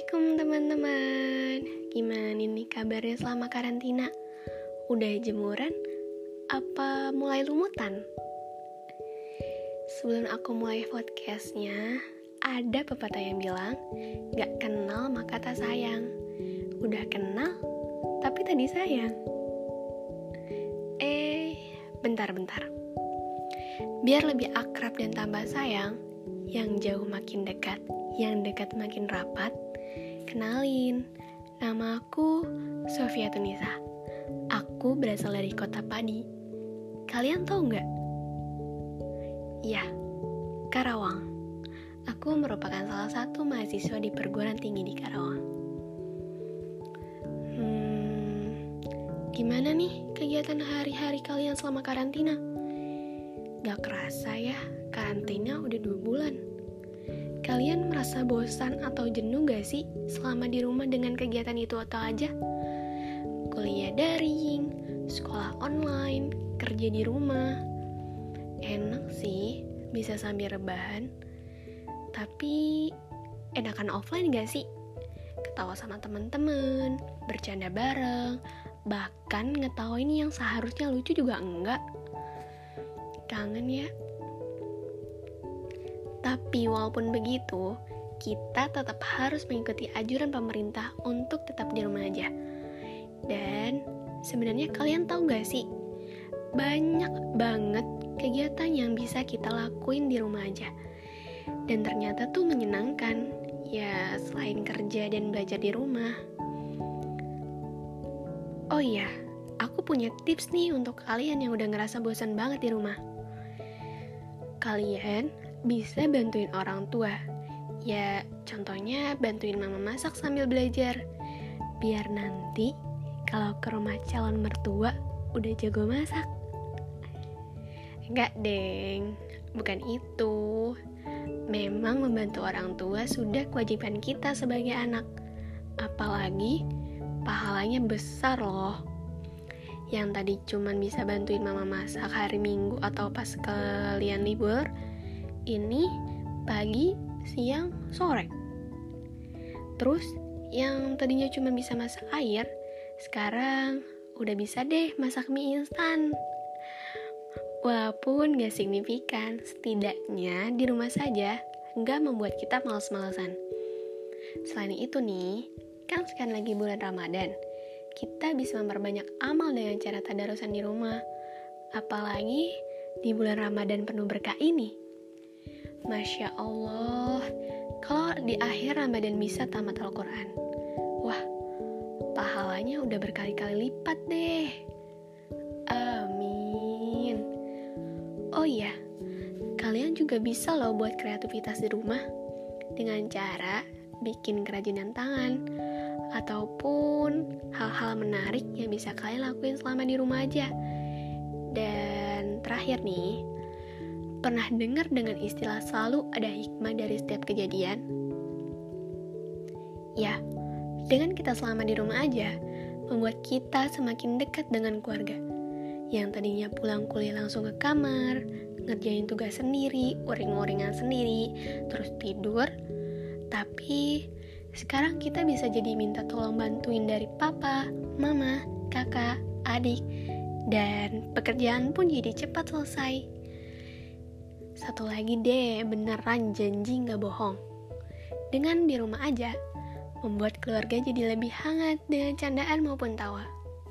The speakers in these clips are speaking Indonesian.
Assalamualaikum teman-teman. Gimana nih kabarnya selama karantina? Udah jemuran? Apa mulai lumutan? Sebelum aku mulai podcastnya, ada pepatah yang bilang, gak kenal maka tak sayang. Udah kenal, tapi tadi sayang. Bentar. Biar lebih akrab dan tambah sayang, yang jauh makin dekat, yang dekat makin rapat, kenalin, nama aku Sofia Tunisa. Aku berasal dari kota Padi. Kalian tahu nggak? Ya, Karawang. Aku merupakan salah satu mahasiswa di perguruan tinggi di Karawang. Gimana nih kegiatan hari-hari kalian selama karantina? Gak kerasa ya, karantina udah 2 bulan. Kalian merasa bosan atau jenuh gak sih selama di rumah dengan kegiatan itu atau aja? Kuliah daring, sekolah online, kerja di rumah. Enak sih, bisa sambil rebahan. Tapi, enakan offline gak sih? Ketawa sama teman-teman, bercanda bareng, bahkan ngetawain yang seharusnya lucu juga enggak. Kangen ya? Tapi walaupun begitu, kita tetap harus mengikuti anjuran pemerintah untuk tetap di rumah aja. Dan sebenarnya kalian tahu gak sih? Banyak banget kegiatan yang bisa kita lakuin di rumah aja. Dan ternyata tuh menyenangkan. Ya, selain kerja dan belajar di rumah. Oh iya, aku punya tips nih untuk kalian yang udah ngerasa bosan banget di rumah. Kalian bisa bantuin orang tua. Ya, contohnya bantuin mama masak sambil belajar. Biar nanti kalau ke rumah calon mertua udah jago masak. Enggak, deng. Bukan itu. Memang membantu orang tua sudah kewajiban kita sebagai anak. Apalagi pahalanya besar loh. Yang tadi cuman bisa bantuin mama masak hari Minggu atau pas kalian libur, ini pagi, siang, sore. Terus yang tadinya cuma bisa masak air, sekarang udah bisa deh masak mie instan. Walaupun gak signifikan, setidaknya di rumah saja gak membuat kita malas-malasan. Selain itu nih, kan sekarang lagi bulan Ramadan, kita bisa memperbanyak amal dengan cara tadarusan di rumah. Apalagi di bulan Ramadan penuh berkah ini. Masya Allah, kalau di akhir Ramadan bisa tamat Al-Quran, wah, pahalanya udah berkali-kali lipat deh. Amin. Oh iya, kalian juga bisa loh buat kreativitas di rumah dengan cara bikin kerajinan tangan ataupun hal-hal menarik yang bisa kalian lakuin selama di rumah aja. Dan terakhir nih, pernah dengar dengan istilah selalu ada hikmah dari setiap kejadian? Ya, dengan kita selama di rumah aja, membuat kita semakin dekat dengan keluarga. Yang tadinya pulang kuliah langsung ke kamar, ngerjain tugas sendiri, uring-uringan sendiri, terus tidur. Tapi sekarang kita bisa jadi minta tolong bantuin dari papa, mama, kakak, adik, dan pekerjaan pun jadi cepat selesai. Satu lagi deh, beneran janji gak bohong. Dengan di rumah aja, membuat keluarga jadi lebih hangat dengan candaan maupun tawa.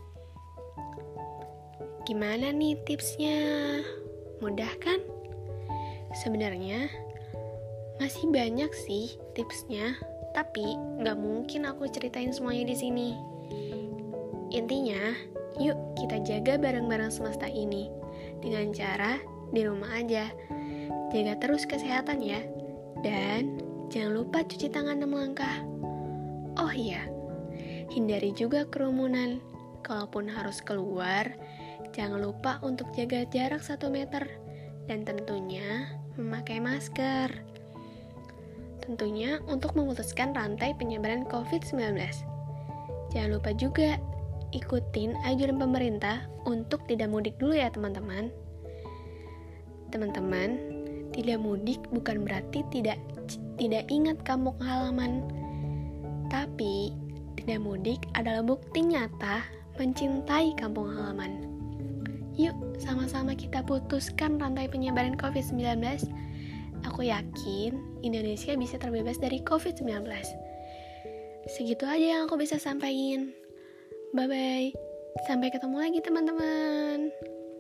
Gimana nih tipsnya? Mudah kan? Sebenarnya masih banyak sih tipsnya, tapi gak mungkin aku ceritain semuanya di sini. Intinya, yuk kita jaga bareng-bareng semesta ini dengan cara di rumah aja. Jaga terus kesehatan ya. Dan jangan lupa cuci tangan 6 langkah. Oh iya, hindari juga kerumunan. Kalaupun harus keluar, jangan lupa untuk jaga jarak 1 meter. Dan tentunya memakai masker. Tentunya untuk memutuskan rantai penyebaran COVID-19. Jangan lupa juga ikutin anjuran pemerintah untuk tidak mudik dulu ya teman-teman. Teman-teman, tidak mudik bukan berarti tidak ingat kampung halaman. Tapi, tidak mudik adalah bukti nyata mencintai kampung halaman. Yuk, sama-sama kita putuskan rantai penyebaran COVID-19. Aku yakin Indonesia bisa terbebas dari COVID-19. Segitu aja yang aku bisa sampaikan. Bye-bye. Sampai ketemu lagi teman-teman.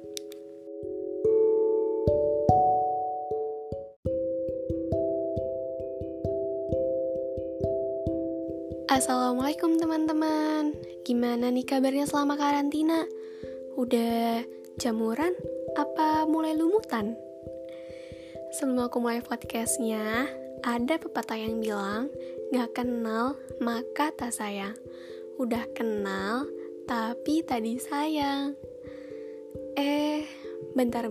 Assalamualaikum teman-teman. Gimana nih kabarnya selama karantina? Udah jamuran? Apa mulai lumutan? Sebelum aku mulai podcastnya, ada pepatah yang bilang, gak kenal maka tak sayang. Udah kenal tapi tak disayang. Bentar.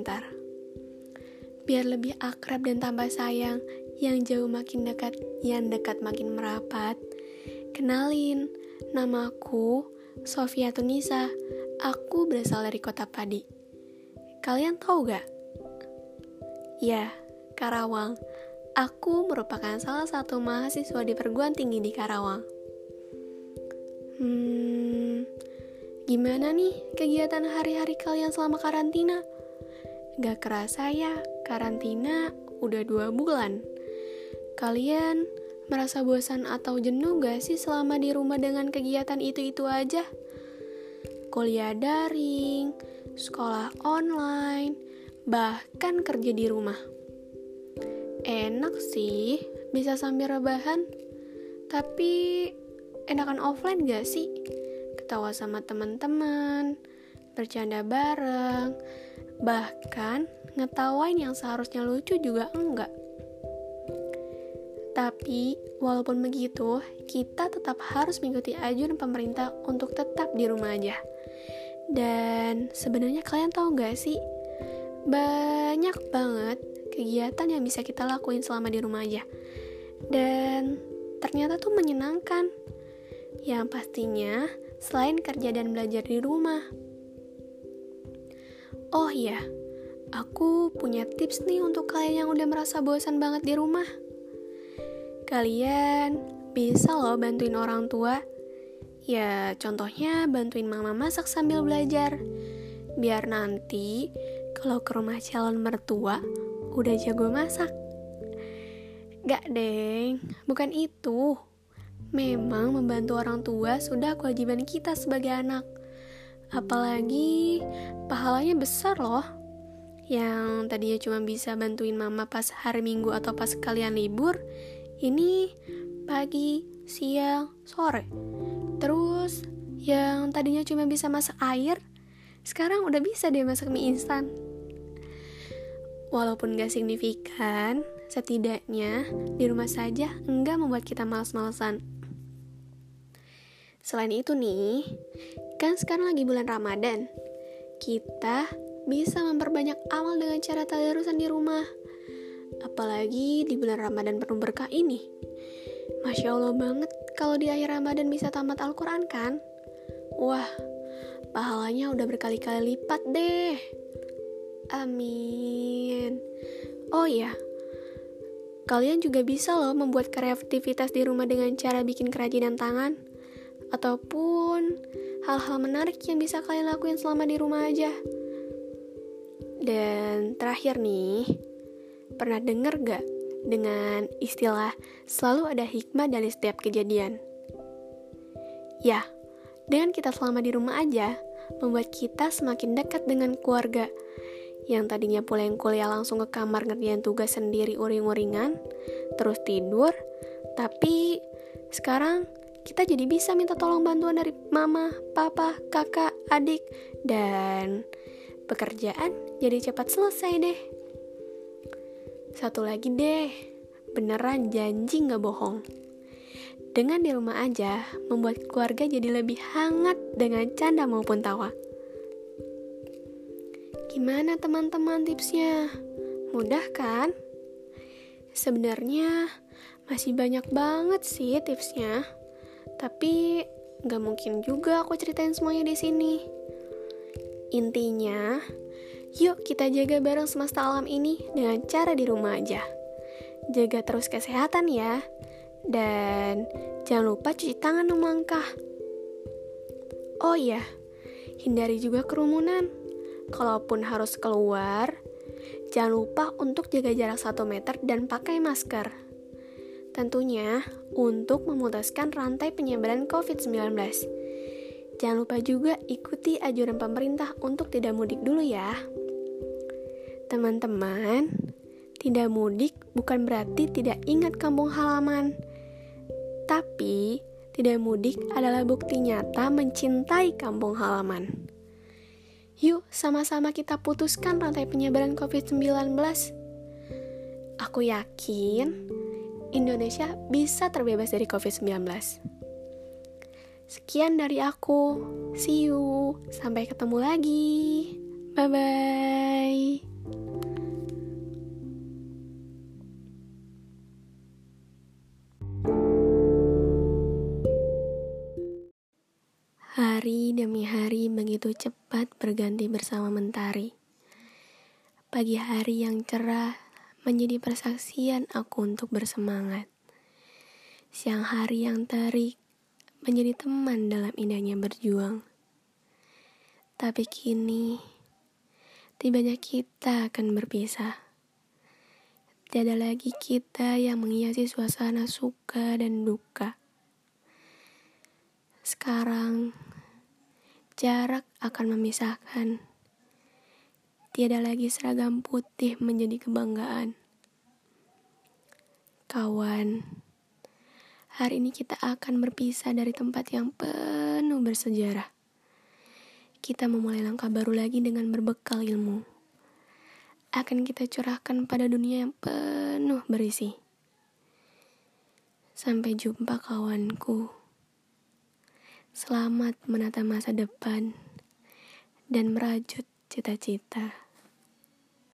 Biar lebih akrab dan tambah sayang, yang jauh makin dekat, yang dekat makin merapat. Kenalin, namaku Sofia Tunisa. Aku berasal dari Kota Padi. Kalian tahu gak? Ya, Karawang. Aku merupakan salah satu mahasiswa di perguruan tinggi di Karawang. Gimana nih kegiatan hari-hari kalian selama karantina? Gak kerasa ya, karantina udah 2 bulan. Kalian merasa bosan atau jenuh gak sih selama di rumah dengan kegiatan itu-itu aja? Kuliah daring, sekolah online, bahkan kerja di rumah. Enak sih, bisa sambil rebahan. Tapi, enakan offline gak sih? Ketawa sama teman-teman, bercanda bareng, bahkan ngetawain yang seharusnya lucu juga enggak. Tapi, walaupun begitu, kita tetap harus mengikuti anjuran pemerintah untuk tetap di rumah aja. Dan sebenarnya kalian tahu gak sih, banyak banget kegiatan yang bisa kita lakuin selama di rumah aja. Dan ternyata tuh menyenangkan. Yang pastinya selain kerja dan belajar di rumah. Oh iya, aku punya tips nih untuk kalian yang udah merasa bosan banget di rumah. Kalian bisa loh bantuin orang tua. Ya, contohnya bantuin mama masak sambil belajar. Biar nanti kalau ke rumah calon mertua udah jago masak. Gak deng, bukan itu. Memang membantu orang tua sudah kewajiban kita sebagai anak. Apalagi pahalanya besar loh. Yang tadinya cuma bisa bantuin mama pas hari Minggu atau pas kalian libur, ini pagi, siang, sore. Terus yang tadinya cuma bisa masak air, sekarang udah bisa deh masak mie instan. Walaupun gak signifikan, setidaknya di rumah saja enggak membuat kita malas-malasan. Selain itu nih, kan sekarang lagi bulan Ramadan. Kita bisa memperbanyak amal dengan cara tadarusan di rumah. Apalagi di bulan Ramadan penuh berkah ini. Masya Allah banget kalau di akhir Ramadan bisa tamat Al-Quran kan? Wah, pahalanya udah berkali-kali lipat deh. Amin. Oh iya, kalian juga bisa loh membuat kreativitas di rumah dengan cara bikin kerajinan tangan. Ataupun hal-hal menarik yang bisa kalian lakuin selama di rumah aja. Dan terakhir nih, pernah denger gak dengan istilah selalu ada hikmah dari setiap kejadian? Ya, dengan kita selama di rumah aja, membuat kita semakin dekat dengan keluarga. Yang tadinya pulang kuliah langsung ke kamar ngerjain tugas sendiri uring-uringan, terus tidur, tapi sekarang kita jadi bisa minta tolong bantuan dari mama, papa, kakak, adik, dan pekerjaan jadi cepat selesai deh. Satu lagi deh, beneran janji gak bohong. Dengan di rumah aja, membuat keluarga jadi lebih hangat dengan canda maupun tawa. Gimana teman-teman tipsnya? Mudah kan? Sebenarnya masih banyak banget sih tipsnya, tapi gak mungkin juga aku ceritain semuanya di sini. Intinya, yuk kita jaga bareng semesta alam ini dengan cara di rumah aja. Jaga terus kesehatan ya. Dan jangan lupa cuci tangan memangkah. Oh iya, hindari juga kerumunan. Kalaupun harus keluar, jangan lupa untuk jaga jarak 1 meter dan pakai masker. Tentunya untuk memutuskan rantai penyebaran COVID-19. Jangan lupa juga ikuti anjuran pemerintah untuk tidak mudik dulu ya. Teman-teman, tidak mudik bukan berarti tidak ingat kampung halaman. Tapi, tidak mudik adalah bukti nyata mencintai kampung halaman. Yuk, sama-sama kita putuskan rantai penyebaran COVID-19. Aku yakin Indonesia bisa terbebas dari COVID-19. Sekian dari aku. See you. Sampai ketemu lagi. Bye-bye. Hari demi hari begitu cepat berganti bersama mentari. Pagi hari yang cerah menjadi persaksian aku untuk bersemangat. Siang hari yang terik menjadi teman dalam indahnya berjuang. Tapi kini, tibanya kita akan berpisah. Tiada lagi kita yang menghiasi suasana suka dan duka. Sekarang, jarak akan memisahkan. Tiada lagi seragam putih menjadi kebanggaan. Kawan, hari ini kita akan berpisah dari tempat yang penuh bersejarah. Kita memulai langkah baru lagi dengan berbekal ilmu. Akan kita curahkan pada dunia yang penuh berisi. Sampai jumpa kawanku. Selamat menata masa depan dan merajut cita-cita.